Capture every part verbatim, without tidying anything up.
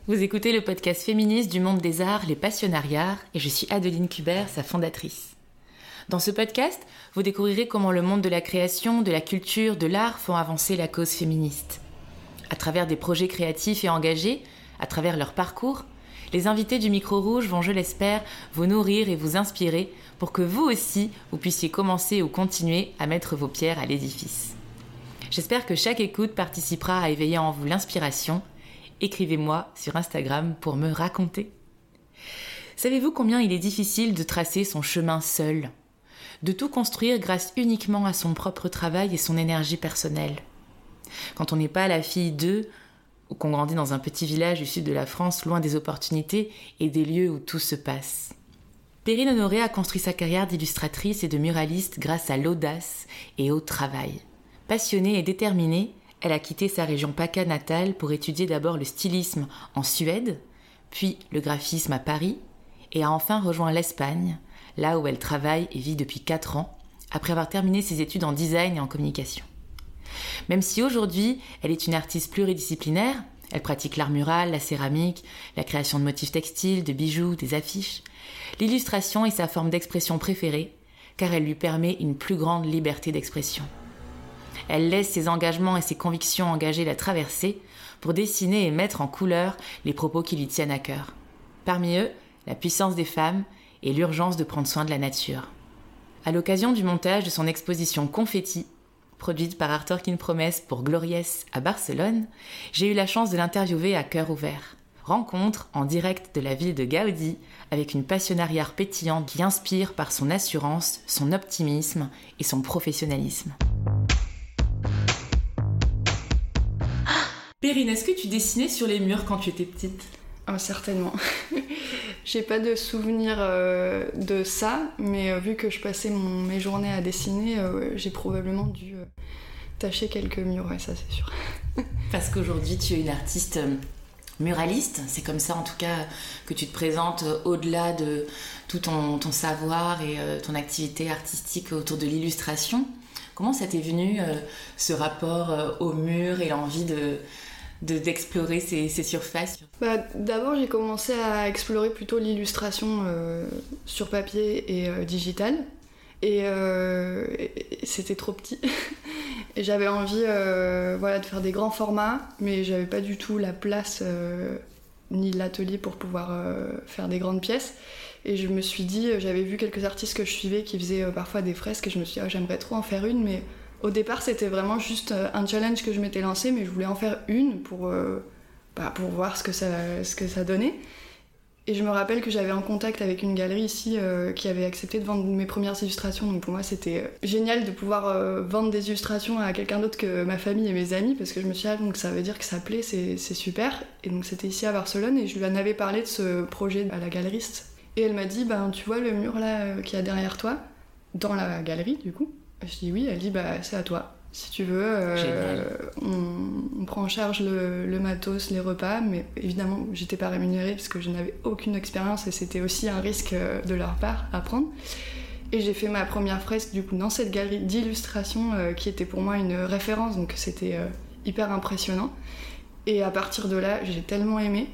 Vous écoutez le podcast féministe du monde des arts, Les Passionnariats, et je suis Adeline Kubert, sa fondatrice. Dans ce podcast, vous découvrirez comment le monde de la création, de la culture, de l'art font avancer la cause féministe. À travers des projets créatifs et engagés, à travers leur parcours, les invités du Micro Rouge vont, je l'espère, vous nourrir et vous inspirer pour que vous aussi, vous puissiez commencer ou continuer à mettre vos pierres à l'édifice. J'espère que chaque écoute participera à éveiller en vous l'inspiration. Écrivez-moi sur Instagram pour me raconter. Savez-vous combien il est difficile de tracer son chemin seul ? De tout construire grâce uniquement à son propre travail et son énergie personnelle. Quand on n'est pas la fille d'eux, ou qu'on grandit dans un petit village du sud de la France, loin des opportunités et des lieux où tout se passe. Perrine Honoré a construit sa carrière d'illustratrice et de muraliste grâce à l'audace et au travail. Passionnée et déterminée, elle a quitté sa région PACA natale pour étudier d'abord le stylisme en Suède, puis le graphisme à Paris, et a enfin rejoint l'Espagne, là où elle travaille et vit depuis quatre ans, après avoir terminé ses études en design et en communication. Même si aujourd'hui, elle est une artiste pluridisciplinaire, elle pratique l'art mural, la céramique, la création de motifs textiles, de bijoux, des affiches, l'illustration est sa forme d'expression préférée, car elle lui permet une plus grande liberté d'expression. Elle laisse ses engagements et ses convictions engagées la traverser pour dessiner et mettre en couleur les propos qui lui tiennent à cœur. Parmi eux, la puissance des femmes et l'urgence de prendre soin de la nature. À l'occasion du montage de son exposition Confetti, produite par Arthur Kin Promesse pour Gloriès à Barcelone, j'ai eu la chance de l'interviewer à cœur ouvert. Rencontre en direct de la ville de Gaudi avec une passionnariat pétillante qui inspire par son assurance, son optimisme et son professionnalisme. Perrine, est-ce que tu dessinais sur les murs quand tu étais petite ? Oh, certainement. J'ai pas de souvenir euh, de ça, mais euh, vu que je passais mon, mes journées à dessiner, euh, j'ai probablement dû euh, tacher quelques murs, ouais, ça c'est sûr. Parce qu'aujourd'hui tu es une artiste euh, muraliste, c'est comme ça en tout cas que tu te présentes euh, au-delà de tout ton, ton savoir et euh, ton activité artistique autour de l'illustration. Comment ça t'est venu euh, ce rapport euh, au mur et l'envie de... De, d'explorer ces, ces surfaces? Bah, d'abord, j'ai commencé à explorer plutôt l'illustration euh, sur papier et euh, digital. Et, euh, et c'était trop petit. Et j'avais envie euh, voilà, de faire des grands formats, mais j'avais pas du tout la place euh, ni l'atelier pour pouvoir euh, faire des grandes pièces. Et je me suis dit, j'avais vu quelques artistes que je suivais qui faisaient euh, parfois des fresques, et je me suis dit, oh, j'aimerais trop en faire une, mais au départ, c'était vraiment juste un challenge que je m'étais lancé, mais je voulais en faire une pour, euh, bah, pour voir ce que, ça, ce que ça donnait. Et je me rappelle que j'avais un contact avec une galerie ici euh, qui avait accepté de vendre mes premières illustrations. Donc pour moi, c'était génial de pouvoir euh, vendre des illustrations à quelqu'un d'autre que ma famille et mes amis, parce que je me suis dit, ah, donc ça veut dire que ça plaît, c'est, c'est super. Et donc c'était ici à Barcelone, et je lui en avais parlé de ce projet à la galeriste. Et elle m'a dit, ben, tu vois le mur là qu'il y a derrière toi, dans la galerie du coup. Je dis oui, elle dit bah c'est à toi. Si tu veux, euh, on, on prend en charge le, le matos, les repas, mais évidemment j'étais pas rémunérée parce que je n'avais aucune expérience et c'était aussi un risque de leur part à prendre. Et j'ai fait ma première fresque du coup dans cette galerie d'illustration euh, qui était pour moi une référence, donc c'était euh, hyper impressionnant. Et à partir de là, j'ai tellement aimé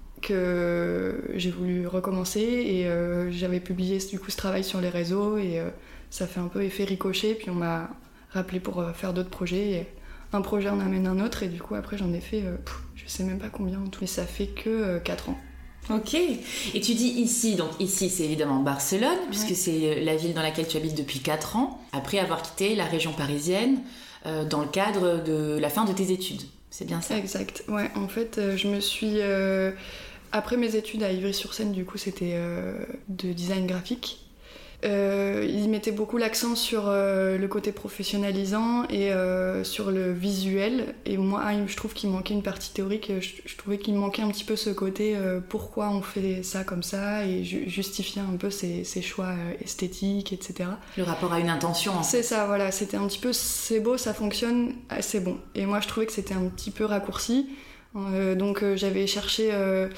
que j'ai voulu recommencer et euh, j'avais publié du coup ce travail sur les réseaux et euh, ça fait un peu effet ricochet, puis on m'a rappelé pour euh, faire d'autres projets et un projet en amène un autre et du coup après j'en ai fait euh, pff, je sais même pas combien en tout, mais ça fait que euh, quatre ans. Ok, et tu dis ici, donc ici c'est évidemment Barcelone, ouais. Puisque c'est la ville dans laquelle tu habites depuis quatre ans, après avoir quitté la région parisienne euh, dans le cadre de la fin de tes études, c'est bien ça ? Exact, ouais, en fait euh, je me suis... Euh, après mes études à Ivry-sur-Seine, du coup c'était euh, de design graphique. Euh, il mettait beaucoup l'accent sur euh, le côté professionnalisant et euh, sur le visuel, et moi je trouve qu'il manquait une partie théorique. Je, je trouvais qu'il manquait un petit peu ce côté euh, pourquoi on fait ça comme ça et ju- justifier un peu ses, ses choix euh, esthétiques, etc. Le rapport à une intention en c'est fait. Ça, voilà, c'était un petit peu c'est beau, ça fonctionne, c'est bon, et moi je trouvais que c'était un petit peu raccourci, euh, donc euh, j'avais cherché euh,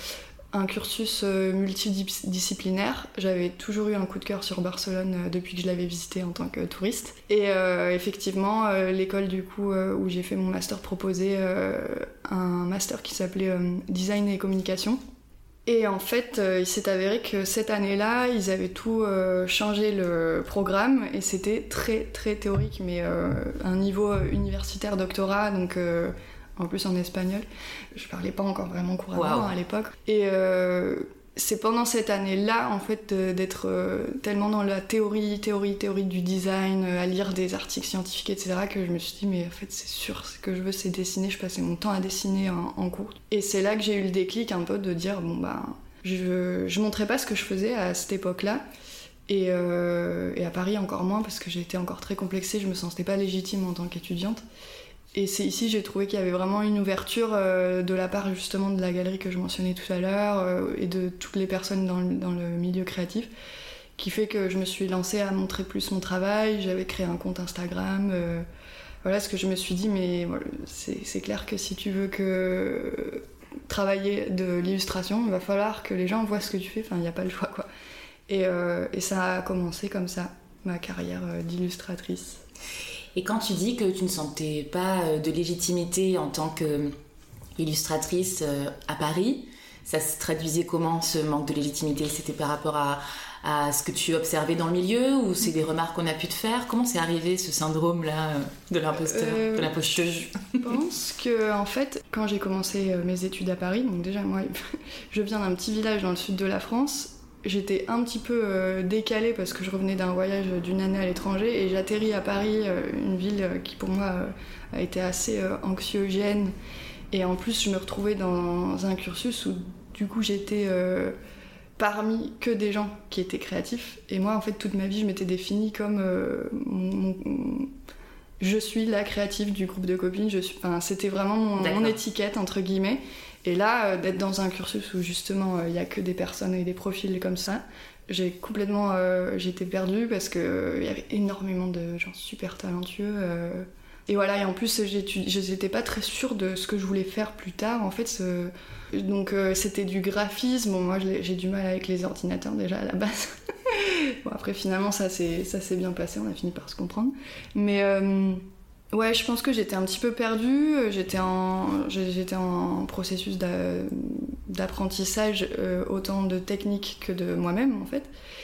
un cursus euh, multidisciplinaire. J'avais toujours eu un coup de cœur sur Barcelone euh, depuis que je l'avais visité en tant que touriste. Et euh, effectivement, euh, l'école du coup euh, où j'ai fait mon master proposait euh, un master qui s'appelait euh, Design et Communication. Et en fait, euh, il s'est avéré que cette année-là, ils avaient tout euh, changé le programme et c'était très très théorique, mais euh, un niveau universitaire doctorat, donc euh, en plus en espagnol. Je parlais pas encore vraiment couramment wow. hein, à l'époque. Et euh, c'est pendant cette année-là, en fait, d'être euh, tellement dans la théorie, théorie, théorie du design, à lire des articles scientifiques, et cetera, que je me suis dit, mais en fait, c'est sûr, ce que je veux, c'est dessiner. Je passais mon temps à dessiner en, en cours. Et c'est là que j'ai eu le déclic un peu de dire, bon, bah, je, je montrais pas ce que je faisais à cette époque-là. Et, euh, et à Paris, encore moins, parce que j'étais encore très complexée, je me sentais pas légitime en tant qu'étudiante. Et c'est ici que j'ai trouvé qu'il y avait vraiment une ouverture euh, de la part justement de la galerie que je mentionnais tout à l'heure euh, et de toutes les personnes dans le, dans le milieu créatif, qui fait que je me suis lancée à montrer plus mon travail. J'avais créé un compte Instagram. Euh, voilà, parce que je me suis dit, mais voilà, c'est, c'est clair que si tu veux que travailler de l'illustration, il va falloir que les gens voient ce que tu fais. Enfin, il n'y a pas le choix, quoi. Et, euh, et ça a commencé comme ça, ma carrière d'illustratrice. Et quand tu dis que tu ne sentais pas de légitimité en tant qu'illustratrice à Paris, ça se traduisait comment, ce manque de légitimité ? C'était par rapport à, à ce que tu observais dans le milieu ou c'est des remarques qu'on a pu te faire ? Comment c'est arrivé ce syndrome-là de l'imposteur, euh, de l'imposteuse ? Je pense que, en fait, quand j'ai commencé mes études à Paris, donc déjà moi, je viens d'un petit village dans le sud de la France. J'étais un petit peu euh, décalée parce que je revenais d'un voyage d'une année à l'étranger et j'atterris à Paris, euh, une ville qui pour moi euh, a été assez euh, anxiogène. Et en plus, je me retrouvais dans un cursus où du coup j'étais euh, parmi que des gens qui étaient créatifs. Et moi, en fait, toute ma vie, je m'étais définie comme euh, mon, mon, je suis la créative du groupe de copines. Je suis, enfin, c'était vraiment mon, mon étiquette entre guillemets. Et là, euh, d'être dans un cursus où justement il euh, n'y a que des personnes et des profils comme ça, j'ai complètement, euh, j'étais perdue parce qu'il euh, y avait énormément de gens super talentueux. Euh, et voilà, et en plus, je n'étais pas très sûre de ce que je voulais faire plus tard. En fait, ce, donc euh, c'était du graphisme. Bon, moi, j'ai du mal avec les ordinateurs déjà à la base. Bon, après, finalement, ça s'est bien passé. On a fini par se comprendre. Mais euh, ouais, je pense que j'étais un petit peu perdue, j'étais en, j'étais en processus d'apprentissage euh, autant de technique que de moi-même en fait.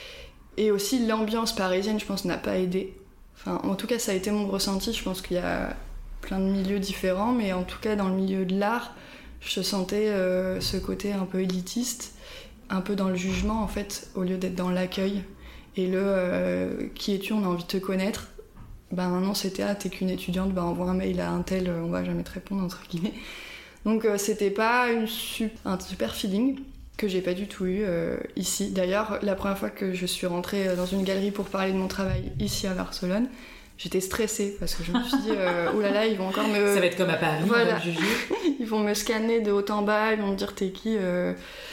Et aussi l'ambiance parisienne, je pense, n'a pas aidé. Enfin, en tout cas, ça a été mon ressenti, je pense qu'il y a plein de milieux différents, mais en tout cas dans le milieu de l'art, je sentais euh, ce côté un peu élitiste, un peu dans le jugement en fait, au lieu d'être dans l'accueil. Et le euh, qui es-tu, on a envie de te connaître. Ben non, c'était ah, t'es qu'une étudiante, ben envoie un mail à un tel, on va jamais te répondre entre guillemets. Donc euh, c'était pas une super, un super feeling que j'ai pas du tout eu euh, ici. D'ailleurs, la première fois que je suis rentrée dans une galerie pour parler de mon travail ici à Barcelone, j'étais stressée parce que je me suis dit euh, oh là là, ils vont encore me, ça va être comme à Paris, voilà. On va me juger. Ils vont me scanner de haut en bas, ils vont me dire t'es qui euh,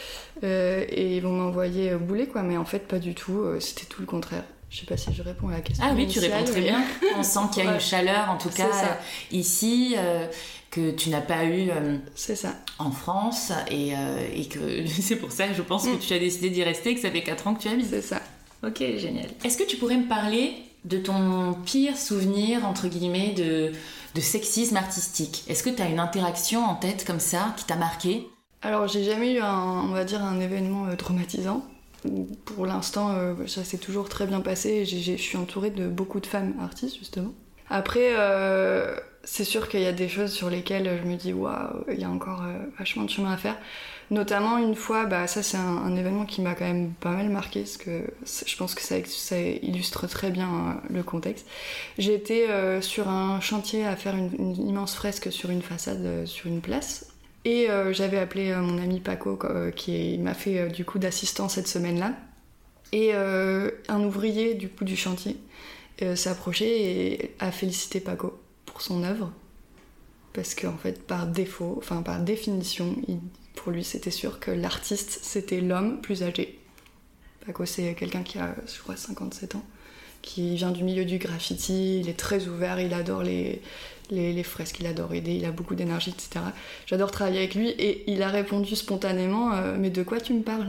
euh, et ils vont m'envoyer bouler quoi. Mais en fait pas du tout, euh, c'était tout le contraire. Je sais pas si je réponds à la question. Ah oui, initiale, tu réponds très mais... bien. On sent qu'il y a ouais. une chaleur, en tout cas, euh, ici, euh, que tu n'as pas eu euh, c'est ça. en France. Et, euh, et que c'est pour ça, je pense, mm. que tu as décidé d'y rester, que ça fait quatre ans que tu habites. C'est ça. Ok, génial. Est-ce que tu pourrais me parler de ton pire souvenir, entre guillemets, de, de sexisme artistique ? Est-ce que tu as une interaction en tête comme ça, qui t'a marqué ? Alors, j'ai jamais eu, un, on va dire, un événement euh, traumatisant. Pour l'instant, euh, ça s'est toujours très bien passé. Je suis entourée de beaucoup de femmes artistes, justement. Après, euh, c'est sûr qu'il y a des choses sur lesquelles je me dis waouh, il y a encore euh, vachement de chemin à faire. Notamment une fois, bah, ça c'est un, un événement qui m'a quand même pas mal marqué, parce que je pense que ça, ça illustre très bien euh, le contexte. J'ai été euh, sur un chantier à faire une, une immense fresque sur une façade, euh, sur une place. Et euh, j'avais appelé euh, mon ami Paco euh, qui m'a fait euh, du coup d'assistant cette semaine-là. Et euh, un ouvrier du coup du chantier euh, s'est approché et a félicité Paco pour son œuvre. Parce qu'en fait, par défaut, enfin par définition, il, pour lui c'était sûr que l'artiste c'était l'homme plus âgé. Paco c'est quelqu'un qui a, je crois, cinquante-sept ans. qui vient du milieu du graffiti, il est très ouvert, il adore les, les, les fresques, il adore aider, il a beaucoup d'énergie, et cetera. J'adore travailler avec lui et il a répondu spontanément euh, « Mais de quoi tu me parles ?»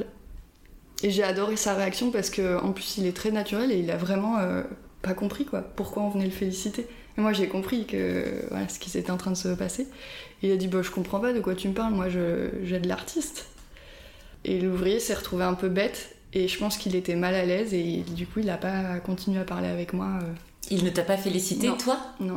Et j'ai adoré sa réaction parce qu'en plus il est très naturel et il a vraiment euh, pas compris quoi, pourquoi on venait le féliciter. Et moi j'ai compris que voilà, ce qui s'était en train de se passer. Et il a dit bah, « Je comprends pas de quoi tu me parles, moi je, j'aide l'artiste. » Et l'ouvrier s'est retrouvé un peu bête et je pense qu'il était mal à l'aise et du coup il a pas continué à parler avec moi. Euh... Il ne t'a pas félicité, non. toi ? Non.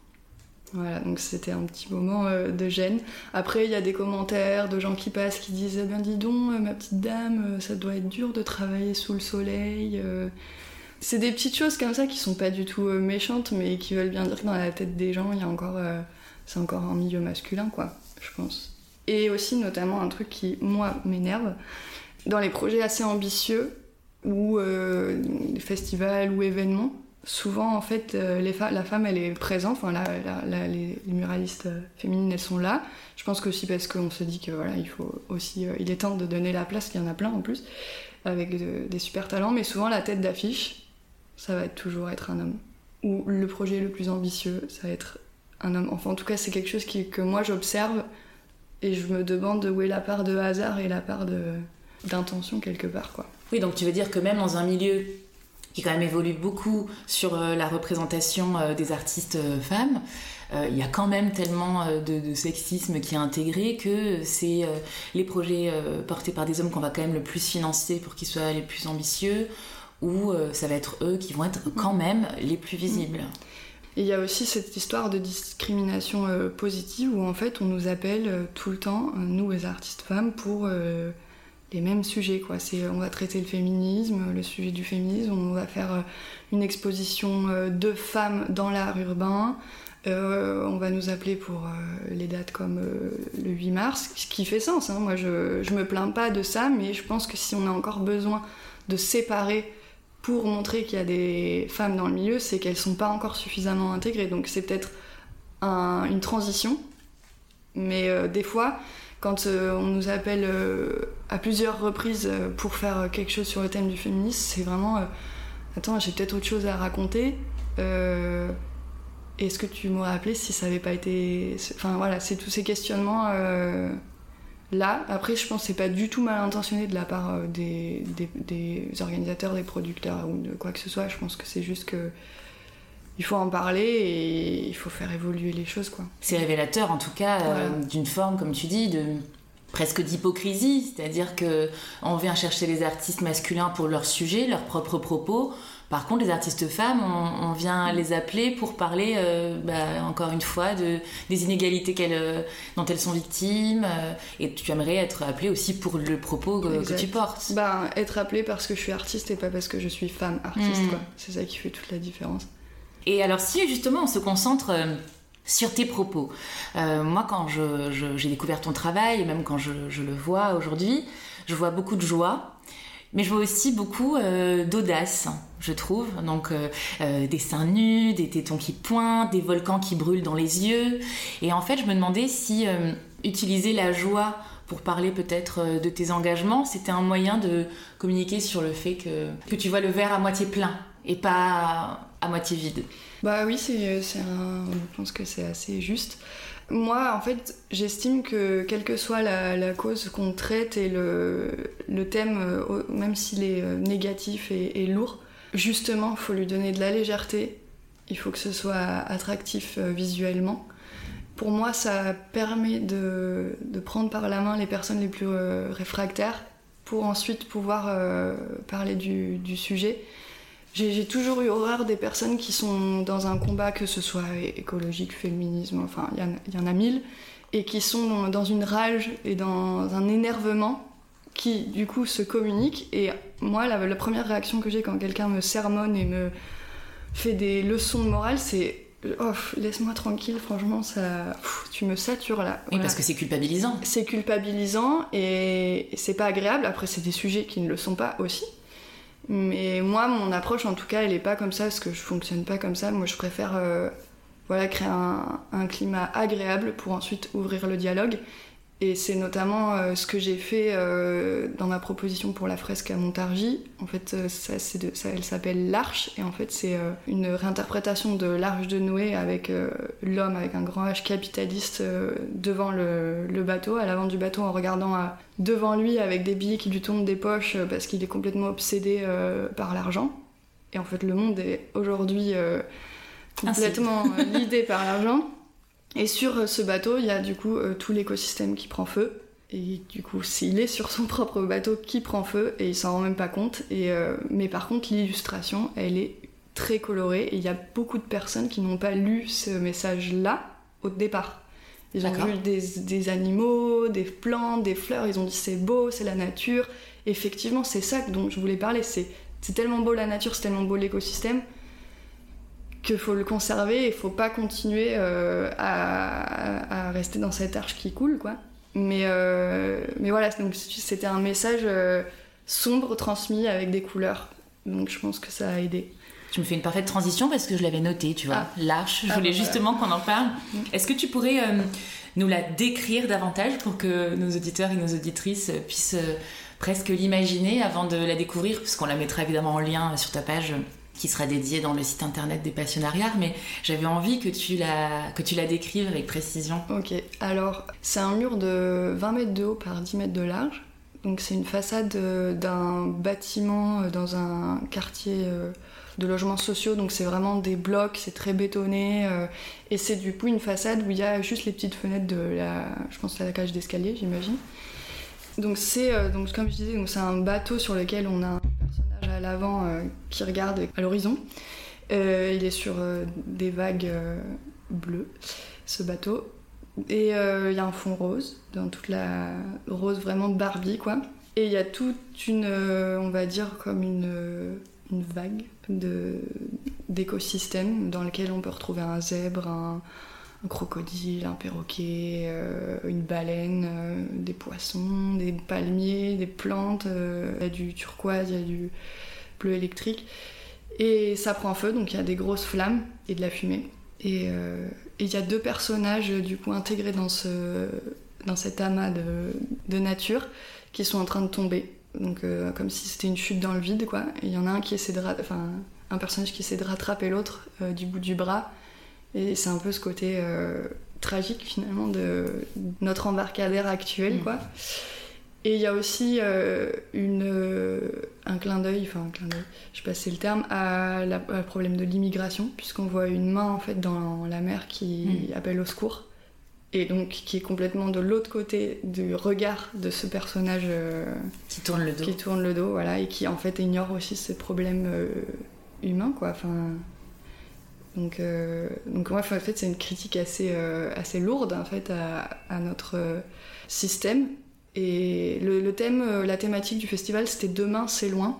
Voilà, donc c'était un petit moment euh, de gêne. Après, il y a des commentaires de gens qui passent qui disent eh « Ben dis donc, euh, ma petite dame, euh, ça doit être dur de travailler sous le soleil. Euh... » C'est des petites choses comme ça qui sont pas du tout euh, méchantes, mais qui veulent bien dire que dans la tête des gens, il y a encore, euh, c'est encore un milieu masculin, quoi, je pense. Et aussi, notamment, un truc qui, moi, m'énerve, dans les projets assez ambitieux, ou euh, des festivals ou événements, souvent, en fait, euh, les fa- la femme, elle est présente, enfin, la, la, la, les, les muralistes euh, féminines, elles sont là. Je pense qu'aussi parce qu'on se dit que voilà, il faut aussi, euh, il est temps de donner la place, il y en a plein en plus, avec de, des super talents, mais souvent la tête d'affiche, ça va toujours être un homme. Ou le projet le plus ambitieux, ça va être un homme. Enfin, en tout cas, c'est quelque chose qui, que moi j'observe et je me demande où est la part de hasard et la part de, d'intention quelque part, quoi. Oui, donc tu veux dire que même dans un milieu qui quand même évolue beaucoup sur euh, la représentation euh, des artistes euh, femmes, euh, il y a quand même tellement euh, de, de sexisme qui est intégré que c'est euh, les projets euh, portés par des hommes qu'on va quand même le plus financer pour qu'ils soient les plus ambitieux, ou euh, ça va être eux qui vont être quand même les plus visibles. Et il y a aussi cette histoire de discrimination euh, positive où en fait on nous appelle euh, tout le temps, euh, nous les artistes femmes, pour... Euh, les mêmes sujets, quoi. C'est, on va traiter le féminisme, le sujet du féminisme, on va faire une exposition de femmes dans l'art urbain, euh, on va nous appeler pour euh, les dates comme euh, le huit mars, ce qui fait sens, hein. Moi je, je me plains pas de ça, mais je pense que si on a encore besoin de séparer pour montrer qu'il y a des femmes dans le milieu, c'est qu'elles sont pas encore suffisamment intégrées, donc c'est peut-être un, une transition, mais euh, des fois quand euh, on nous appelle euh, à plusieurs reprises euh, pour faire quelque chose sur le thème du féminisme, c'est vraiment euh, attends, j'ai peut-être autre chose à raconter, euh, est-ce que tu m'aurais appelé si ça avait pas été... Enfin voilà, c'est tous ces questionnements euh, là. Après, je pense que c'est pas du tout mal intentionné de la part euh, des, des, des organisateurs, des producteurs ou de quoi que ce soit. Je pense que c'est juste que il faut en parler et il faut faire évoluer les choses, quoi. C'est révélateur, en tout cas, voilà. euh, d'une forme, comme tu dis, de presque d'hypocrisie. C'est-à-dire qu'on vient chercher les artistes masculins pour leur sujet, leurs propres propos. Par contre, les artistes femmes, on, on vient les appeler pour parler, euh, bah, encore une fois, de, des inégalités qu'elles, dont elles sont victimes. Euh, et tu aimerais être appelée aussi pour le propos euh, que tu portes. Bah, être appelée parce que je suis artiste et pas parce que je suis femme artiste, mmh. quoi. C'est ça qui fait toute la différence. Et alors si justement on se concentre euh, sur tes propos, euh, moi quand je, je, j'ai découvert ton travail, et même quand je, je le vois aujourd'hui, je vois beaucoup de joie, mais je vois aussi beaucoup euh, d'audace, je trouve. Donc euh, euh, des seins nus, des tétons qui pointent, des volcans qui brûlent dans les yeux. Et en fait je me demandais si euh, utiliser la joie pour parler peut-être euh, de tes engagements, c'était un moyen de communiquer sur le fait que, que tu vois le verre à moitié plein et pas à moitié vide. Bah oui, c'est, c'est un... je pense que c'est assez juste. Moi, en fait, j'estime que quelle que soit la, la cause qu'on traite et le, le thème, même s'il est négatif et, et lourd, justement, il faut lui donner de la légèreté. Il faut que ce soit attractif visuellement. Pour moi, ça permet de, de prendre par la main les personnes les plus réfractaires pour ensuite pouvoir euh, parler du, du sujet. J'ai, j'ai toujours eu horreur des personnes qui sont dans un combat, que ce soit écologique, féminisme, enfin, il y, y en a mille, et qui sont dans, dans une rage et dans un énervement qui, du coup, se communiquent. Et moi, la, la première réaction que j'ai quand quelqu'un me sermonne et me fait des leçons de morale, c'est « Oh, laisse-moi tranquille, franchement, ça, pff, tu me satures là. » Oui, voilà. Parce que c'est culpabilisant. C'est culpabilisant et c'est pas agréable. Après, c'est des sujets qui ne le sont pas aussi. Mais moi, mon approche, en tout cas, elle est pas comme ça, parce que je fonctionne pas comme ça. Moi, je préfère euh, voilà, créer un, un climat agréable pour ensuite ouvrir le dialogue. Et c'est notamment euh, ce que j'ai fait euh, dans ma proposition pour la fresque à Montargis. En fait, euh, ça, c'est de, ça, elle s'appelle l'Arche. Et en fait, c'est euh, une réinterprétation de l'Arche de Noé avec euh, l'homme avec un grand H capitaliste euh, devant le, le bateau, à l'avant du bateau, en regardant à, devant lui avec des billets qui lui tombent des poches euh, parce qu'il est complètement obsédé euh, par l'argent. Et en fait, le monde est aujourd'hui euh, complètement euh, lidé par l'argent. Et sur ce bateau, il y a du coup euh, tout l'écosystème qui prend feu. Et du coup, il est sur son propre bateau qui prend feu et il s'en rend même pas compte. Et, euh, mais par contre, l'illustration, elle est très colorée. Et il y a beaucoup de personnes qui n'ont pas lu ce message-là au départ. Ils ont D'accord. vu des, des animaux, des plantes, des fleurs. Ils ont dit c'est beau, c'est la nature. Effectivement, c'est ça dont je voulais parler. C'est, c'est tellement beau la nature, c'est tellement beau l'écosystème, qu'il faut le conserver et il faut pas continuer euh, à, à rester dans cette arche qui coule, quoi. Mais, euh, mais voilà, donc c'était un message euh, sombre transmis avec des couleurs. Donc je pense que ça a aidé. Tu me fais une parfaite transition parce que je l'avais noté, tu vois. Ah. L'Arche, je Ah, voulais bah, justement voilà. qu'on en parle. Est-ce que tu pourrais euh, nous la décrire davantage pour que nos auditeurs et nos auditrices puissent euh, presque l'imaginer avant de la découvrir, puisqu'on la mettra évidemment en lien sur ta page qui sera dédiée dans le site internet des Passionnariats, mais j'avais envie que tu la, que tu la décrives avec précision. Ok, alors c'est un mur de vingt mètres de haut par dix mètres de large. Donc c'est une façade d'un bâtiment dans un quartier de logements sociaux, donc c'est vraiment des blocs, c'est très bétonné, et c'est du coup une façade où il y a juste les petites fenêtres de la, je pense à la cage d'escalier, j'imagine. Donc c'est, donc comme je disais, donc c'est un bateau sur lequel on a un personnage à l'avant euh, qui regarde à l'horizon. Euh, il est sur euh, des vagues euh, bleues, ce bateau. Et il euh, y a un fond rose, dans toute la rose vraiment de Barbie, quoi. Et il y a toute une, euh, on va dire, comme une, euh, une vague de, d'écosystème dans lequel on peut retrouver un zèbre, un, un crocodile, un perroquet, euh, une baleine, euh, des poissons, des palmiers, des plantes. Euh, il y a du turquoise, il y a du bleu électrique. Et ça prend feu, donc il y a des grosses flammes et de la fumée. Et euh, il y a deux personnages du coup intégrés dans, ce, dans cet amas de, de nature qui sont en train de tomber. Donc euh, comme si c'était une chute dans le vide, quoi. Et il y en a un qui essaie de ra- enfin, un personnage qui essaie de rattraper l'autre euh, du bout du bras. Et c'est un peu ce côté euh, tragique finalement de notre embarcadère actuel, quoi. Et il y a aussi euh, une, euh, un clin d'œil, enfin un clin d'œil, je sais pas si c'est le terme, à, la, à le problème de l'immigration, puisqu'on voit une main en fait dans la mer qui mmh. appelle au secours, et donc qui est complètement de l'autre côté du regard de ce personnage euh, qui tourne le dos, qui tourne le dos, voilà, et qui en fait ignore aussi ces problèmes euh, humains, quoi. Enfin, donc, euh, donc ouais, en fait, c'est une critique assez, euh, assez lourde en fait à, à notre euh, système. Et le, le thème, la thématique du festival, c'était Demain, c'est loin.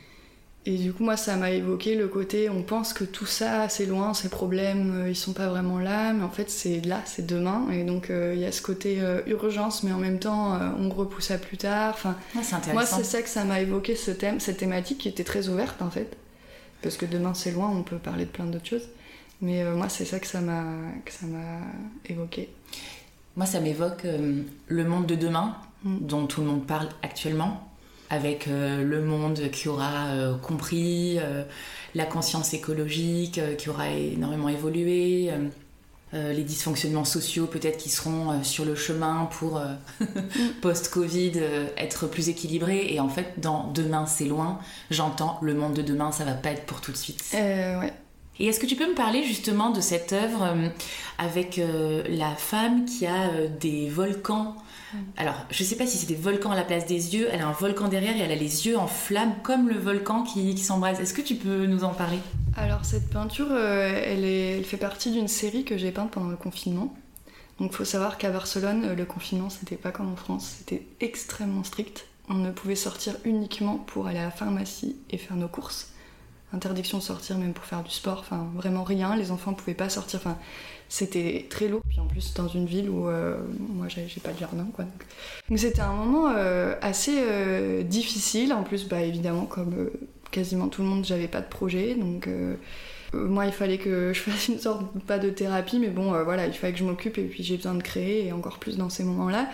Et du coup, moi, ça m'a évoqué le côté, on pense que tout ça, c'est loin, ces problèmes, ils sont pas vraiment là, mais en fait, c'est là, c'est demain. Et donc, il euh, y a ce côté euh, urgence, mais en même temps, euh, on repousse à plus tard. Enfin, ah, c'est intéressant. Moi, c'est ça que ça m'a évoqué, ce thème, cette thématique qui était très ouverte, en fait. Parce que demain, c'est loin, on peut parler de plein d'autres choses. Mais euh, moi, c'est ça que ça m'a, que ça m'a évoqué. Moi, ça m'évoque euh, le monde de demain, mmh. dont tout le monde parle actuellement, avec euh, le monde qui aura euh, compris euh, la conscience écologique, euh, qui aura énormément évolué, euh, euh, les dysfonctionnements sociaux peut-être qui seront euh, sur le chemin pour, euh, post-Covid, euh, être plus équilibrés. Et en fait, dans Demain, c'est loin, j'entends le monde de demain, ça va pas être pour tout de suite. Euh, ouais. Et est-ce que tu peux me parler justement de cette œuvre euh, avec euh, la femme qui a euh, des volcans? Alors, je sais pas si c'est des volcans à la place des yeux, elle a un volcan derrière et elle a les yeux en flammes comme le volcan qui, qui s'embrase. Est-ce que tu peux nous en parler? Alors, cette peinture, euh, elle, est, elle fait partie d'une série que j'ai peinte pendant le confinement. Donc, il faut savoir qu'à Barcelone, le confinement, c'était pas comme en France, c'était extrêmement strict. On ne pouvait sortir uniquement pour aller à la pharmacie et faire nos courses. Interdiction de sortir même pour faire du sport, enfin vraiment rien, les enfants pouvaient pas sortir, enfin c'était très lourd, puis en plus dans une ville où euh, moi j'ai, j'ai pas de jardin, quoi. Donc, donc c'était un moment euh, assez euh, difficile, en plus bah évidemment comme euh, quasiment tout le monde j'avais pas de projet, donc euh, euh, moi il fallait que je fasse une sorte, pas de thérapie, mais bon euh, voilà, il fallait que je m'occupe et puis j'ai besoin de créer, et encore plus dans ces moments-là.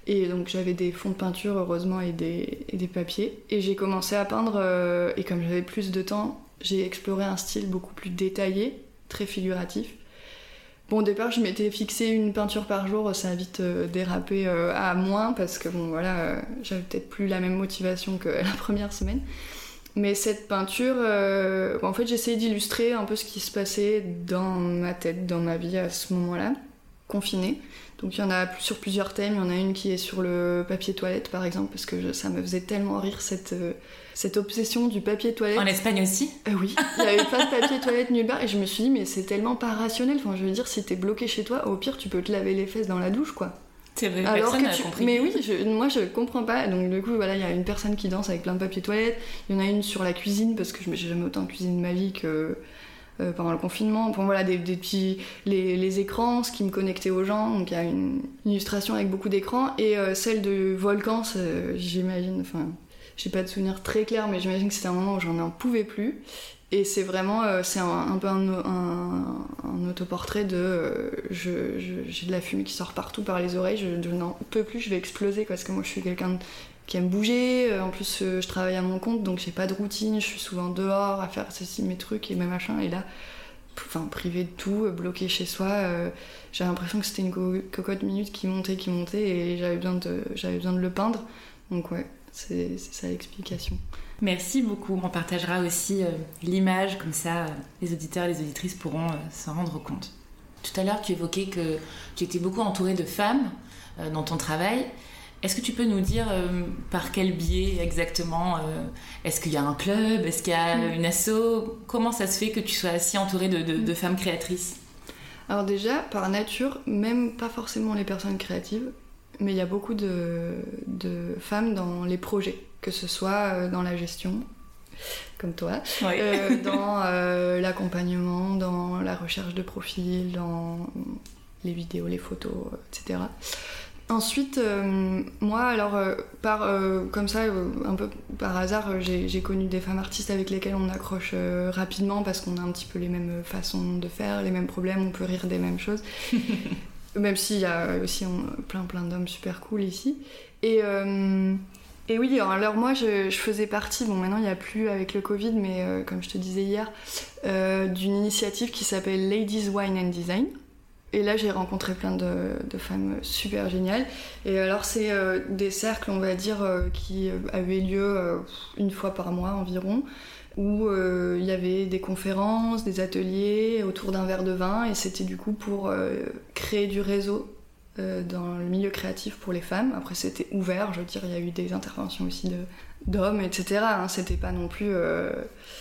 Et donc j'avais des fonds de peinture heureusement et des, et des papiers. Et j'ai commencé à peindre euh, et comme j'avais plus de temps, j'ai exploré un style beaucoup plus détaillé, très figuratif. Bon, au départ, je m'étais fixé une peinture par jour, ça a vite euh, dérapé euh, à moins parce que bon, voilà, euh, j'avais peut-être plus la même motivation que la première semaine. Mais cette peinture, euh, en fait, j'essayais d'illustrer un peu ce qui se passait dans ma tête, dans ma vie à ce moment-là, confinée. Donc il y en a sur plusieurs thèmes, il y en a une qui est sur le papier toilette par exemple, parce que je, ça me faisait tellement rire cette, euh, cette obsession du papier toilette. En Espagne aussi ? euh, Oui, il n'y avait pas de papier toilette nulle part et je me suis dit mais c'est tellement pas rationnel, enfin je veux dire si t'es bloqué chez toi, au pire tu peux te laver les fesses dans la douche quoi. C'est vrai, alors personne que n'a tu... compris. Mais oui, je... moi je comprends pas, donc du coup voilà, il y a une personne qui danse avec plein de papier toilette, il y en a une sur la cuisine parce que je j'ai jamais autant cuisiné de ma vie que... Euh, pendant le confinement, enfin, voilà, des, des petits, les, les écrans, ce qui me connectait aux gens, donc il y a une, une illustration avec beaucoup d'écrans, et euh, celle de Volcan, j'imagine, enfin, j'ai pas de souvenir très clair, mais j'imagine que c'était un moment où j'en en pouvais plus, et c'est vraiment, euh, c'est un, un peu un, un, un autoportrait de, euh, je, je, j'ai de la fumée qui sort partout par les oreilles, je, je n'en peux plus, je vais exploser, parce que moi je suis quelqu'un de, qui aime bouger, en plus euh, je travaille à mon compte donc j'ai pas de routine, je suis souvent dehors à faire ceci, mes trucs et mes machins, et là, enfin privé de tout, bloqué chez soi, euh, j'ai l'impression que c'était une co- cocotte minute qui montait, qui montait et j'avais besoin de, j'avais besoin de le peindre, donc ouais, c'est, c'est ça l'explication. Merci beaucoup, on partagera aussi euh, l'image, comme ça euh, les auditeurs et les auditrices pourront euh, s'en rendre compte. Tout à l'heure tu évoquais que tu étais beaucoup entourée de femmes euh, dans ton travail. Est-ce que tu peux nous dire euh, par quel biais exactement euh, est-ce qu'il y a un club ? Est-ce qu'il y a mmh. une asso ? Comment ça se fait que tu sois si entourée de, de, de femmes créatrices ? Alors déjà, par nature, même pas forcément les personnes créatives, mais il y a beaucoup de, de femmes dans les projets, que ce soit dans la gestion, comme toi, oui. euh, dans euh, l'accompagnement, dans la recherche de profils, dans les vidéos, les photos, et cetera. Ensuite, euh, moi, alors, euh, par, euh, comme ça, euh, un peu par hasard, euh, j'ai, j'ai connu des femmes artistes avec lesquelles on accroche euh, rapidement parce qu'on a un petit peu les mêmes façons de faire, les mêmes problèmes, on peut rire des mêmes choses. Même s'il y a aussi on, plein plein d'hommes super cool ici. Et, euh, et oui, alors moi, je, je faisais partie, bon maintenant il n'y a plus avec le Covid, mais euh, comme je te disais hier, euh, d'une initiative qui s'appelle Ladies Wine and Design. Et là, j'ai rencontré plein de, de femmes super géniales. Et alors, c'est euh, des cercles, on va dire, euh, qui avaient lieu euh, une fois par mois environ, où il euh, y avait des conférences, des ateliers autour d'un verre de vin. Et c'était du coup pour euh, créer du réseau euh, dans le milieu créatif pour les femmes. Après, c'était ouvert, je veux dire, il y a eu des interventions aussi de, d'hommes, et cetera. Hein, c'était pas non plus... Euh,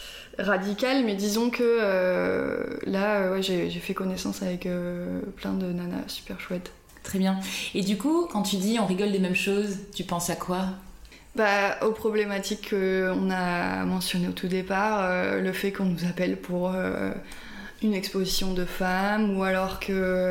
radical, mais disons que euh, là, ouais, j'ai, j'ai fait connaissance avec euh, plein de nanas super chouettes. Très bien. Et du coup, quand tu dis on rigole des mêmes choses, tu penses à quoi ? Bah, aux problématiques qu'on a mentionnées au tout départ, euh, le fait qu'on nous appelle pour euh, une exposition de femmes, ou alors que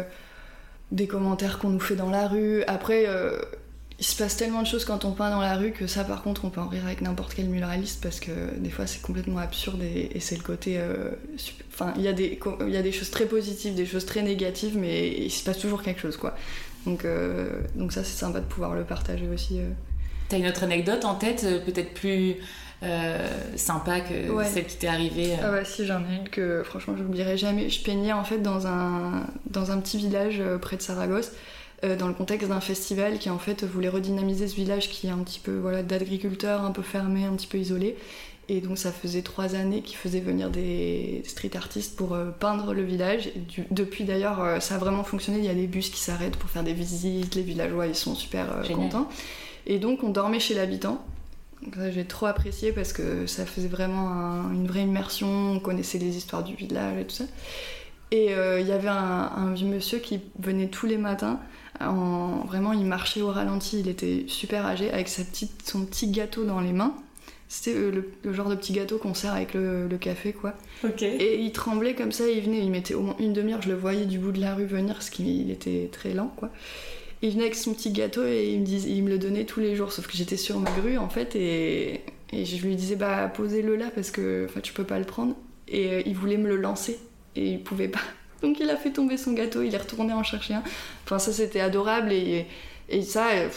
des commentaires qu'on nous fait dans la rue. Après, euh, il se passe tellement de choses quand on peint dans la rue que ça, par contre, on peut en rire avec n'importe quel muraliste parce que des fois, c'est complètement absurde et, et c'est le côté... Euh, super... Enfin, il y a des, il y a des choses très positives, des choses très négatives, mais il se passe toujours quelque chose, quoi. Donc, euh, donc ça, c'est sympa de pouvoir le partager aussi. Euh. T'as une autre anecdote en tête, peut-être plus euh, sympa que ouais. celle qui t'est arrivée euh... Ah bah si, j'en ai une que franchement, je n'oublierai jamais. Je peignais en fait dans un, dans un petit village près de Saragosse, dans le contexte d'un festival qui en fait voulait redynamiser ce village qui est un petit peu voilà, d'agriculteurs un peu fermé, un petit peu isolé, et donc ça faisait trois années qu'ils faisaient venir des street artistes pour euh, peindre le village, et du, depuis d'ailleurs euh, ça a vraiment fonctionné, il y a des bus qui s'arrêtent pour faire des visites, les villageois ils sont super euh, contents, et donc on dormait chez l'habitant. Donc ça, j'ai trop apprécié parce que ça faisait vraiment un, une vraie immersion, on connaissait les histoires du village et tout ça. Et il euh, y avait un, un vieux monsieur qui venait tous les matins, en, vraiment il marchait au ralenti, il était super âgé, avec sa petite, son petit gâteau dans les mains. C'était euh, le, le genre de petit gâteau qu'on sert avec le, le café, quoi. Okay. Et il tremblait comme ça, il venait, il mettait au moins une demi-heure, je le voyais du bout de la rue venir, parce qu'il était très lent, quoi. Il venait avec son petit gâteau et il me, disait, il me le donnait tous les jours, sauf que j'étais sur ma grue, en fait, et, et je lui disais, bah, posez-le là, parce que tu peux pas le prendre. Et euh, il voulait me le lancer, et il pouvait pas. Donc il a fait tomber son gâteau, il est retourné en chercher un. Enfin, ça, c'était adorable, et, et ça, pff,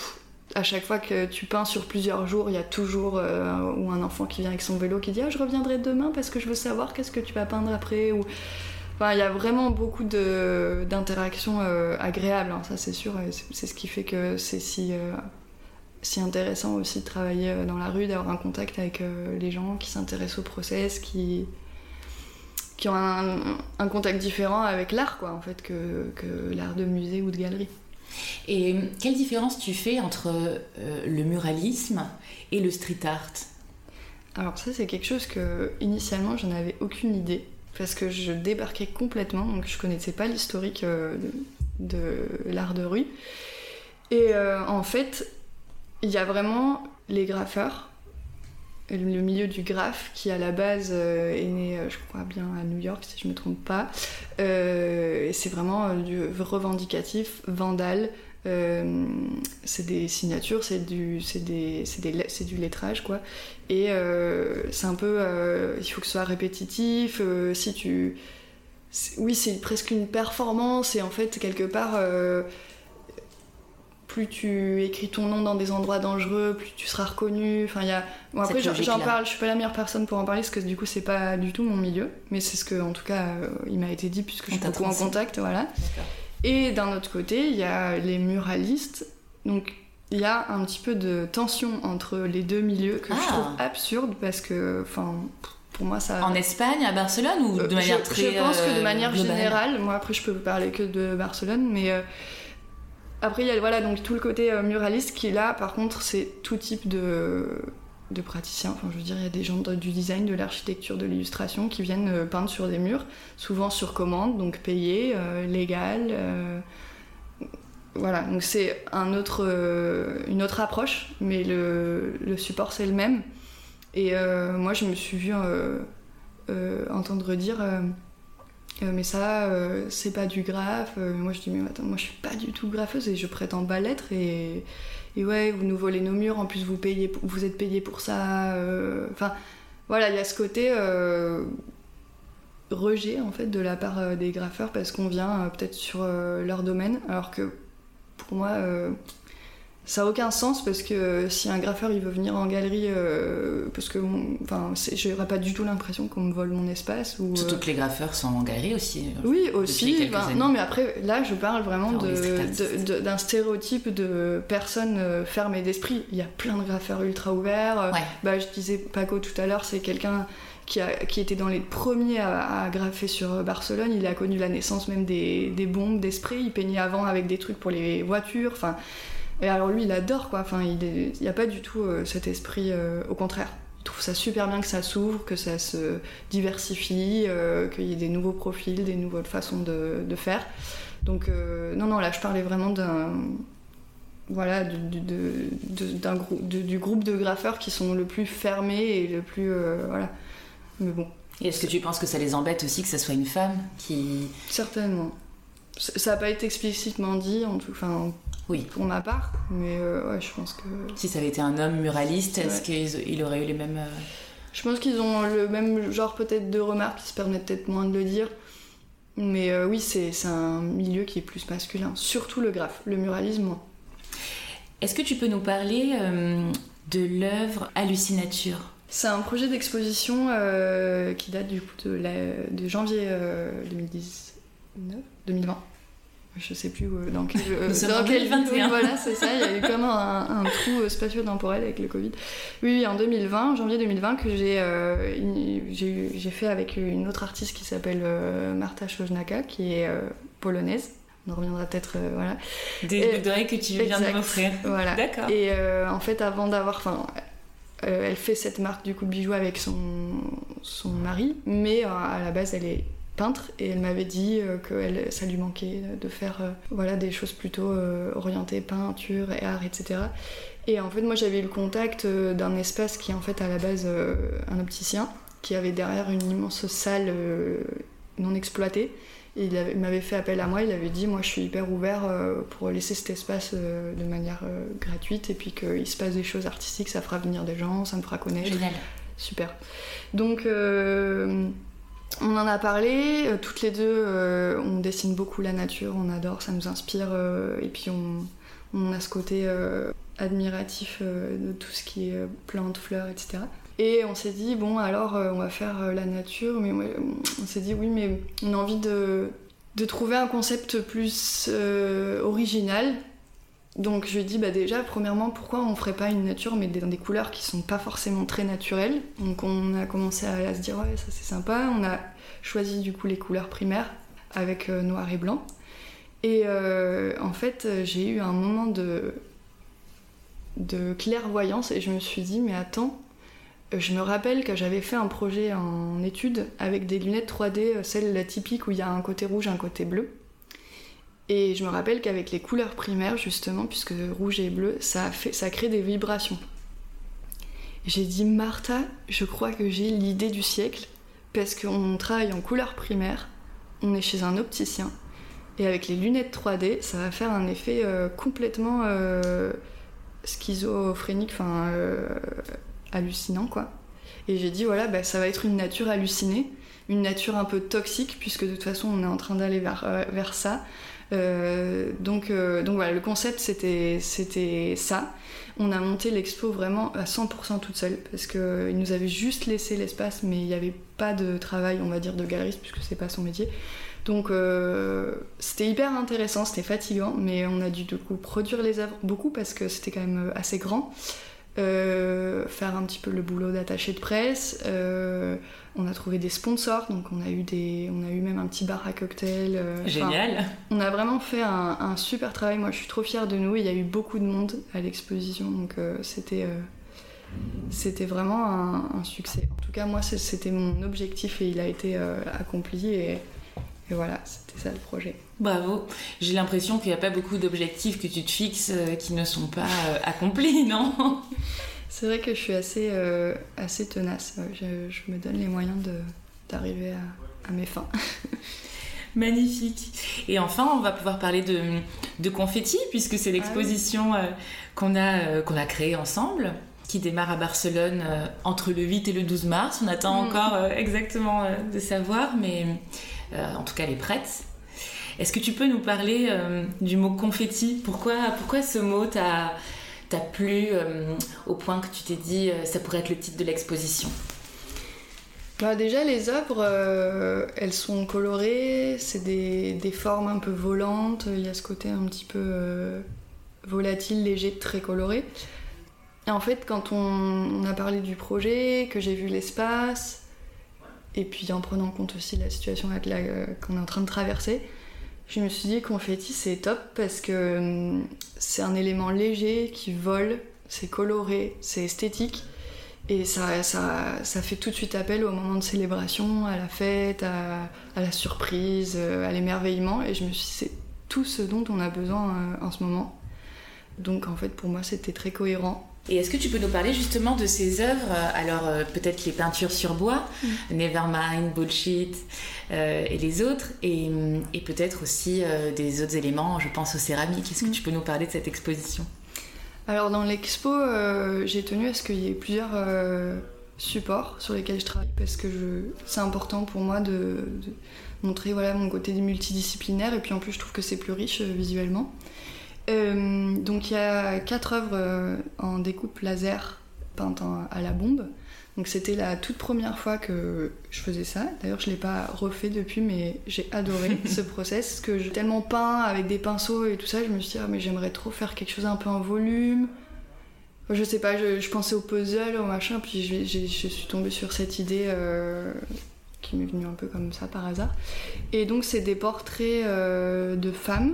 à chaque fois que tu peins sur plusieurs jours, il y a toujours euh, ou un enfant qui vient avec son vélo qui dit ah, je reviendrai demain parce que je veux savoir qu'est-ce que tu vas peindre après. Ou... Enfin, il y a vraiment beaucoup de, d'interactions euh, agréables, hein, ça c'est sûr. Et c'est, c'est ce qui fait que c'est si, euh, si intéressant aussi de travailler dans la rue, d'avoir un contact avec euh, les gens qui s'intéressent au process, qui, qui ont un, un contact différent avec l'art, quoi, en fait, que, que l'art de musée ou de galerie. Et quelle différence tu fais entre euh, le muralisme et le street art ? Alors ça c'est quelque chose que initialement je n'avais aucune idée parce que je débarquais complètement, donc je connaissais pas l'historique euh, de, de l'art de rue. Et euh, en fait il y a vraiment les graffeurs, le milieu du graphe qui à la base euh, est né je crois bien à New York si je me trompe pas, euh, et c'est vraiment euh, du revendicatif, vandal, euh, c'est des signatures, c'est du, c'est des, c'est des, c'est du lettrage quoi, et euh, c'est un peu euh, il faut que ce soit répétitif, euh, si tu c'est, oui c'est presque une performance et en fait quelque part euh, plus tu écris ton nom dans des endroits dangereux, plus tu seras reconnu. Enfin, y a... bon, après, j'en, j'en parle, je suis pas la meilleure personne pour en parler parce que du coup, c'est pas du tout mon milieu, mais c'est ce que, en tout cas, euh, il m'a été dit puisque je suis beaucoup en contact. Voilà. D'accord. Et d'un autre côté, il y a les muralistes. Donc, il y a un petit peu de tension entre les deux milieux que ah. je trouve absurde parce que, enfin. Pour moi, ça... En Espagne, à Barcelone ou de manière je, très Je pense que de manière globale. générale. Moi, après, je peux parler que de Barcelone, mais. Euh, Après, il y a voilà, donc, tout le côté euh, muraliste qui, là, par contre, c'est tout type de, de praticiens. Enfin, je veux dire, il y a des gens de, du design, de l'architecture, de l'illustration qui viennent euh, peindre sur des murs, souvent sur commande, donc payé, euh, légal. Euh, voilà, donc c'est un autre, euh, une autre approche, mais le, le support, c'est le même. Et euh, moi, je me suis vue euh, euh, entendre dire... Euh, Euh, mais ça, euh, c'est pas du graphe. Euh, moi, je dis, mais attends, moi, je suis pas du tout graffeuse et je prétends pas l'être. Et, et ouais, vous nous volez nos murs, en plus, vous, payez, vous êtes payé pour ça. Enfin, euh, voilà, il y a ce côté euh, rejet, en fait, de la part euh, des graffeurs parce qu'on vient euh, peut-être sur euh, leur domaine. Alors que, pour moi, euh, ça n'a aucun sens parce que si un graffeur il veut venir en galerie, euh, parce que enfin, j'aurais pas du tout l'impression qu'on me vole mon espace. Ou, Surtout euh... que les graffeurs sont en galerie aussi. Oui, aussi. Ben, non, mais après, là, je parle vraiment de, de, de, d'un stéréotype de personnes fermées d'esprit. Il y a plein de graffeurs ultra ouverts. Ouais. Bah, je disais Paco tout à l'heure, c'est quelqu'un qui, a, qui était dans les premiers à, à graffer sur Barcelone. Il a connu la naissance même des, des bombes, des sprays. Il peignait avant avec des trucs pour les voitures. Enfin. Et alors lui, il adore quoi. Enfin, il n'y a pas du tout euh, cet esprit. Euh, au contraire, il trouve ça super bien que ça s'ouvre, que ça se diversifie, euh, qu'il y ait des nouveaux profils, des nouvelles façons de, de faire. Donc euh, non, non, là, je parlais vraiment d'un, voilà, du, de, de, d'un grou- de, du groupe de graffeurs qui sont le plus fermés et le plus, euh, voilà. Mais bon. Et est-ce que tu penses que ça les embête aussi que ça soit une femme qui... Certainement. Ça n'a pas été explicitement dit, en tout, enfin. Oui. Pour ma part, mais euh, ouais, je pense que... Si ça avait été un homme muraliste, ouais. Est-ce qu'il aurait eu les mêmes... Euh... Je pense qu'ils ont le même genre peut-être de remarques, qui se permettent peut-être moins de le dire. Mais euh, oui, c'est, c'est un milieu qui est plus masculin, surtout le graphe, le muralisme, moins. Est-ce que tu peux nous parler euh, de l'œuvre Hallucinature ? C'est un projet d'exposition euh, qui date du coup de, la, de janvier euh, deux mille dix-neuf, deux mille vingt. Je sais plus où, dans quel, euh, dans quel deux mille vingt et un. Voilà, c'est ça, il y a eu comme un, un trou spatio-temporel avec le Covid. Oui, oui, en deux mille vingt, janvier deux mille vingt, que j'ai, euh, j'ai, j'ai fait avec une autre artiste qui s'appelle euh, Marta Szoźnaka, qui est euh, polonaise. On en reviendra peut-être, euh, voilà. Des boucles d'oreilles que tu viens de m'offrir. Voilà. D'accord. Et euh, en fait, avant d'avoir... Enfin, euh, elle fait cette marque du coup de bijoux avec son, son mari, mais euh, à la base, elle est peintre et elle m'avait dit euh, que elle, ça lui manquait de faire euh, voilà, des choses plutôt euh, orientées peinture et art, et cetera. Et en fait, moi, j'avais eu le contact euh, d'un espace qui est en fait à la base euh, un opticien qui avait derrière une immense salle euh, non exploitée. Et il, avait, il m'avait fait appel à moi, il avait dit moi je suis hyper ouvert euh, pour laisser cet espace euh, de manière euh, gratuite et puis qu'il se passe des choses artistiques, ça fera venir des gens, ça me fera connaître. Génial. Super. Donc euh, on en a parlé, euh, toutes les deux euh, on dessine beaucoup la nature, on adore, ça nous inspire euh, et puis on, on a ce côté euh, admiratif euh, de tout ce qui est euh, plantes, fleurs, et cetera. Et on s'est dit, bon, alors euh, on va faire euh, la nature, mais ouais, on s'est dit, oui, mais on a envie de, de trouver un concept plus euh, original. Donc je lui ai dit, bah déjà, premièrement, pourquoi on ferait pas une nature, mais dans des couleurs qui sont pas forcément très naturelles. Donc on a commencé à, à se dire, ouais, ça c'est sympa. On a choisi du coup les couleurs primaires avec euh, noir et blanc. Et euh, en fait, j'ai eu un moment de, de clairvoyance et je me suis dit, mais attends, je me rappelle que j'avais fait un projet en études avec des lunettes trois D, celle la typique où il y a un côté rouge et un côté bleu. Et je me rappelle qu'avec les couleurs primaires, justement, puisque rouge et bleu, ça, fait, ça crée des vibrations. Et j'ai dit, Martha, je crois que j'ai l'idée du siècle, parce qu'on travaille en couleurs primaires, on est chez un opticien, et avec les lunettes trois D, ça va faire un effet euh, complètement euh, schizophrénique, enfin euh, hallucinant, quoi. Et j'ai dit, voilà, bah, ça va être une nature hallucinée, une nature un peu toxique, puisque de toute façon, on est en train d'aller vers, euh, vers ça. Euh, donc, euh, donc voilà, le concept c'était, c'était ça. On a monté l'expo vraiment à cent pour cent toute seule parce qu'il nous avait juste laissé l'espace, mais il n'y avait pas de travail, on va dire, de galeriste puisque c'est pas son métier. Donc euh, c'était hyper intéressant, c'était fatigant, mais on a dû du coup produire les œuvres beaucoup parce que c'était quand même assez grand. Euh, faire un petit peu le boulot d'attaché de presse. Euh, on a trouvé des sponsors, donc on a eu, des, on a eu même un petit bar à cocktail. Euh, Génial. On a vraiment fait un, un super travail. Moi, je suis trop fière de nous. Il y a eu beaucoup de monde à l'exposition, donc euh, c'était, euh, c'était vraiment un, un succès. En tout cas, moi, c'était mon objectif et il a été euh, accompli. Et, et voilà, c'était ça le projet. Bravo. J'ai l'impression qu'il n'y a pas beaucoup d'objectifs que tu te fixes euh, qui ne sont pas euh, accomplis, non ? C'est vrai que je suis assez, euh, assez tenace. Je, je me donne les moyens de, d'arriver à, à mes fins. Magnifique. Et enfin, on va pouvoir parler de, de Confetti, puisque c'est l'exposition euh, qu'on a, euh, qu'on a créée ensemble, qui démarre à Barcelone euh, entre le huit et le douze mars. On attend mmh. encore euh, exactement euh, de savoir, mais euh, en tout cas, elle est prête. Est-ce que tu peux nous parler euh, du mot confetti ? Pourquoi, pourquoi ce mot t'a, t'a plu euh, au point que tu t'es dit euh, ça pourrait être le titre de l'exposition ? Bah déjà, les œuvres, euh, elles sont colorées, c'est des, des formes un peu volantes, il y a ce côté un petit peu euh, volatile, léger, très coloré. Et en fait, quand on, on a parlé du projet, que j'ai vu l'espace, et puis en prenant en compte aussi la situation là, euh, qu'on est en train de traverser, je me suis dit confetti c'est top parce que hum, c'est un élément léger qui vole, c'est coloré, c'est esthétique et ça, ça, ça fait tout de suite appel au moment de célébration, à la fête, à, à la surprise, à l'émerveillement et je me suis dit c'est tout ce dont on a besoin euh, en ce moment. Donc en fait pour moi c'était très cohérent. Et est-ce que tu peux nous parler justement de ces œuvres ? Alors euh, peut-être les peintures sur bois, mmh. Nevermind, Bullshit euh, et les autres, et, et peut-être aussi euh, des autres éléments, je pense aux céramiques. Est-ce que mmh. tu peux nous parler de cette exposition ? Alors dans l'expo, euh, j'ai tenu à ce qu'il y ait plusieurs euh, supports sur lesquels je travaille parce que je, c'est important pour moi de, de montrer voilà, mon côté multidisciplinaire et puis en plus je trouve que c'est plus riche euh, visuellement. Euh, donc il y a quatre œuvres euh, en découpe laser peintes en, à la bombe. Donc c'était la toute première fois que je faisais ça. D'ailleurs je l'ai pas refait depuis, mais j'ai adoré ce process parce que j'ai tellement peint avec des pinceaux et tout ça. Je me suis dit ah, mais j'aimerais trop faire quelque chose un peu en volume. Je sais pas, je, je pensais au puzzle, au machin, puis je, je, je suis tombée sur cette idée euh, qui m'est venue un peu comme ça par hasard. Et donc c'est des portraits euh, de femmes.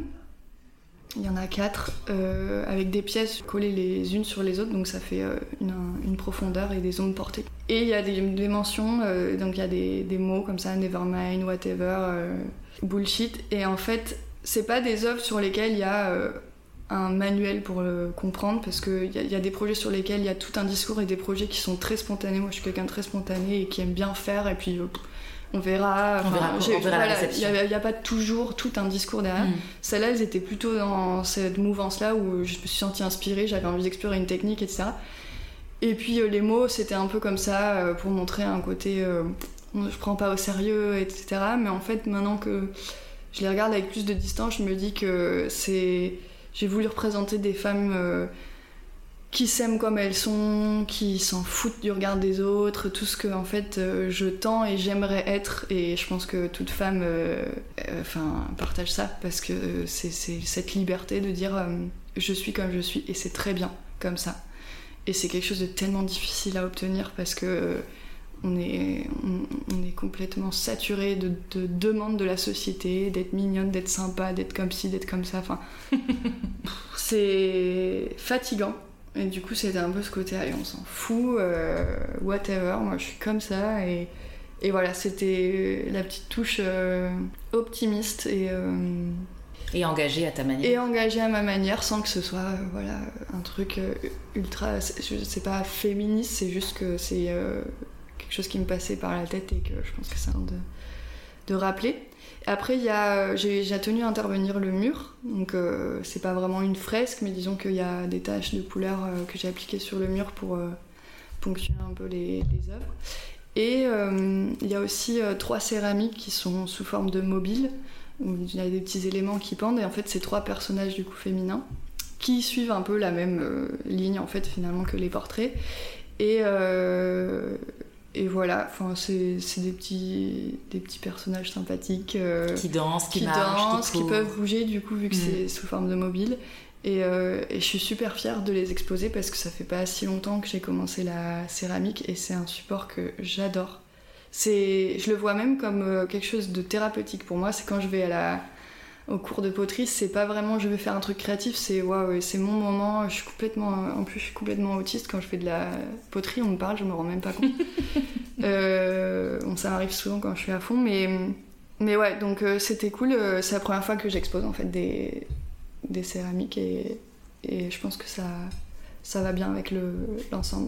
Il y en a quatre, euh, avec des pièces collées les unes sur les autres, donc ça fait euh, une, une profondeur et des ombres portées. Et il y a des, des mentions, euh, donc il y a des, des mots comme ça, Nevermind, Whatever, euh, Bullshit. Et en fait, c'est pas des œuvres sur lesquelles il y a euh, un manuel pour le comprendre, parce qu'il y, y a des projets sur lesquels il y a tout un discours et des projets qui sont très spontanés. Moi, je suis quelqu'un de très spontané et qui aime bien faire, et puis... Euh, On verra, on verra, on verra voilà, la réception. Il n'y a, a pas toujours tout un discours derrière. Mm. Celles-là, elles étaient plutôt dans cette mouvance-là où je me suis sentie inspirée, j'avais envie d'explorer une technique, et cetera. Et puis euh, les mots, c'était un peu comme ça euh, pour montrer un côté euh, je prends pas au sérieux, et cetera. Mais en fait, maintenant que je les regarde avec plus de distance, je me dis que c'est... j'ai voulu représenter des femmes... Euh, qui s'aiment comme elles sont, qui s'en foutent du regard des autres, tout ce que en fait euh, je tends et j'aimerais être, et je pense que toute femme euh, euh, enfin, partage ça, parce que euh, c'est, c'est cette liberté de dire euh, je suis comme je suis et c'est très bien comme ça. Et c'est quelque chose de tellement difficile à obtenir parce que euh, on, est, on, on est complètement saturé de, de demandes de la société, d'être mignonne, d'être sympa, d'être comme ci, d'être comme ça, enfin c'est fatigant. Et du coup, c'était un peu ce côté, allez, on s'en fout, euh, whatever, moi je suis comme ça. Et, et voilà, c'était la petite touche euh, optimiste et, euh, et engagée à ta manière. Et engagée à ma manière, sans que ce soit euh, voilà, un truc euh, ultra. C'est, c'est pas féministe, c'est juste que c'est euh, quelque chose qui me passait par la tête et que je pense que c'est un de, de rappeler. Après, y a, j'ai, j'ai tenu à intervenir le mur, donc euh, c'est pas vraiment une fresque, mais disons qu'il y a des taches de couleur euh, que j'ai appliquées sur le mur pour euh, ponctuer un peu les, les œuvres. Et il euh, y a aussi euh, trois céramiques qui sont sous forme de mobiles, où il y a des petits éléments qui pendent, et en fait, c'est trois personnages du coup féminins qui suivent un peu la même euh, ligne en fait finalement que les portraits. Et euh, Et voilà, enfin, c'est, c'est des, petits, des petits personnages sympathiques euh, qui dansent, qui, qui, marchent, dansent, qui, qui peuvent bouger du coup vu que mmh. c'est sous forme de mobile. Et, euh, et je suis super fière de les exposer parce que ça fait pas si longtemps que j'ai commencé la céramique et c'est un support que j'adore. C'est, je le vois même comme euh, quelque chose de thérapeutique pour moi. C'est quand je vais à la, au cours de poterie, c'est pas vraiment je vais faire un truc créatif, c'est waouh, c'est mon moment. Je suis complètement, en plus je suis complètement autiste quand je fais de la poterie, on me parle, je me rends même pas compte. euh, bon, ça m'arrive souvent quand je suis à fond, mais mais ouais, donc euh, c'était cool. Euh, c'est la première fois que j'expose en fait des des céramiques et et je pense que ça ça va bien avec le l'ensemble.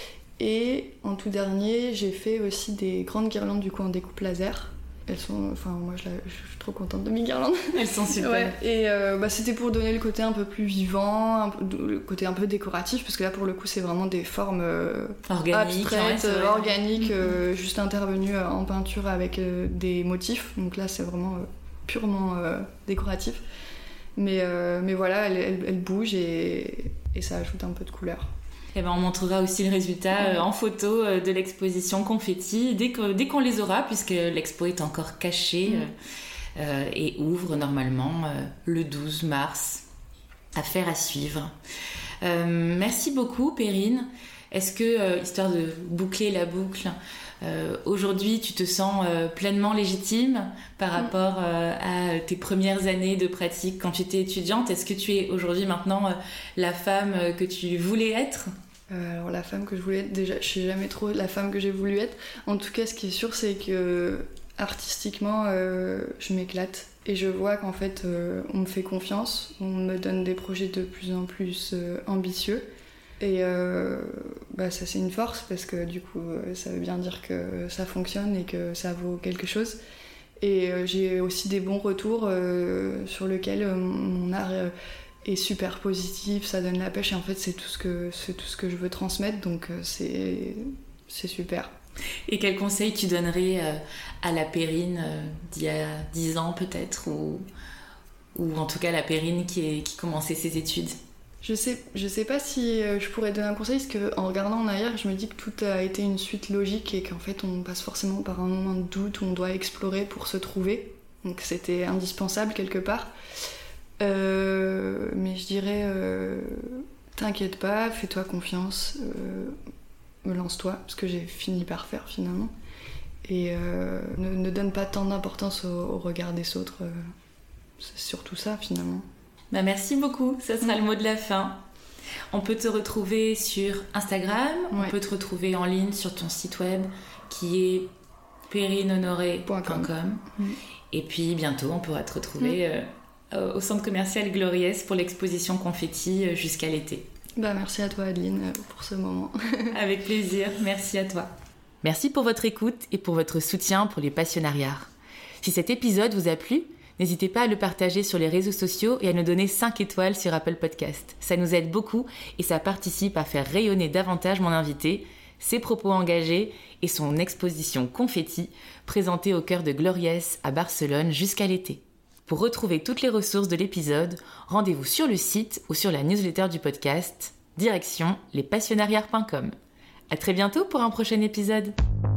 Et en tout dernier, j'ai fait aussi des grandes guirlandes du coup en découpe laser. Elles sont, enfin moi je, la, je suis trop contente de mes guirlandes. Elles sont super. Ouais. Et euh, bah, c'était pour donner le côté un peu plus vivant, un peu, le côté un peu décoratif, parce que là pour le coup c'est vraiment des formes euh, organiques, abstraites, ouais, euh, organiques, euh, juste intervenues en peinture avec euh, des motifs. Donc là c'est vraiment euh, purement euh, décoratif. Mais, euh, mais voilà, elles, elles, elles bougent et, et ça ajoute un peu de couleur. Et ben on montrera aussi le résultat euh, en photo euh, de l'exposition Confetti dès, que, dès qu'on les aura, puisque l'expo est encore cachée mmh. euh, et ouvre normalement euh, le douze mars. Affaire à suivre. Euh, merci beaucoup Perrine. Est-ce que, euh, histoire de boucler la boucle, euh, aujourd'hui tu te sens euh, pleinement légitime par rapport euh, à tes premières années de pratique quand tu étais étudiante? Est-ce que tu es aujourd'hui maintenant euh, la femme que tu voulais être? Euh, alors la femme que je voulais être, déjà je sais jamais trop la femme que j'ai voulu être. En tout cas ce qui est sûr c'est que artistiquement euh, je m'éclate et je vois qu'en fait euh, on me fait confiance, on me donne des projets de plus en plus euh, ambitieux et euh, bah, ça c'est une force parce que du coup euh, ça veut bien dire que ça fonctionne et que ça vaut quelque chose. Et euh, j'ai aussi des bons retours euh, sur lesquels euh, mon art euh, est super positif, ça donne la pêche et en fait c'est tout ce que, c'est tout ce que je veux transmettre, donc euh, c'est, c'est super. Et quel conseil tu donnerais euh, à la Perrine euh, d'il y a dix ans peut-être, ou, ou en tout cas la Perrine qui, est, qui commençait ses études? Je sais, je sais pas si euh, je pourrais donner un conseil, parce qu'en regardant en arrière, je me dis que tout a été une suite logique et qu'en fait on passe forcément par un moment de doute où on doit explorer pour se trouver, donc c'était indispensable quelque part. Euh, mais je dirais euh, t'inquiète pas, fais-toi confiance, euh, lance-toi, parce que j'ai fini par faire finalement, et euh, ne, ne donne pas tant d'importance au, au regard des autres, euh, c'est surtout ça finalement. Bah merci beaucoup, ça sera mmh. le mot de la fin. On peut te retrouver sur Instagram, ouais. On peut te retrouver en ligne sur ton site web qui est perrine honoré point com. Mmh. Et puis bientôt on pourra te retrouver mmh. euh, au centre commercial Gloriès pour l'exposition Confetti jusqu'à l'été. Bah, merci à toi Adeline pour ce moment. Avec plaisir, merci à toi. Merci pour votre écoute et pour votre soutien pour les passionnariats. Si cet épisode vous a plu, n'hésitez pas à le partager sur les réseaux sociaux et à nous donner cinq étoiles sur Apple Podcast. Ça nous aide beaucoup et ça participe à faire rayonner davantage mon invité, ses propos engagés et son exposition Confetti, présentée au cœur de Gloriès à Barcelone jusqu'à l'été. Pour retrouver toutes les ressources de l'épisode, rendez-vous sur le site ou sur la newsletter du podcast. Direction lespassionnariats point com. À très bientôt pour un prochain épisode.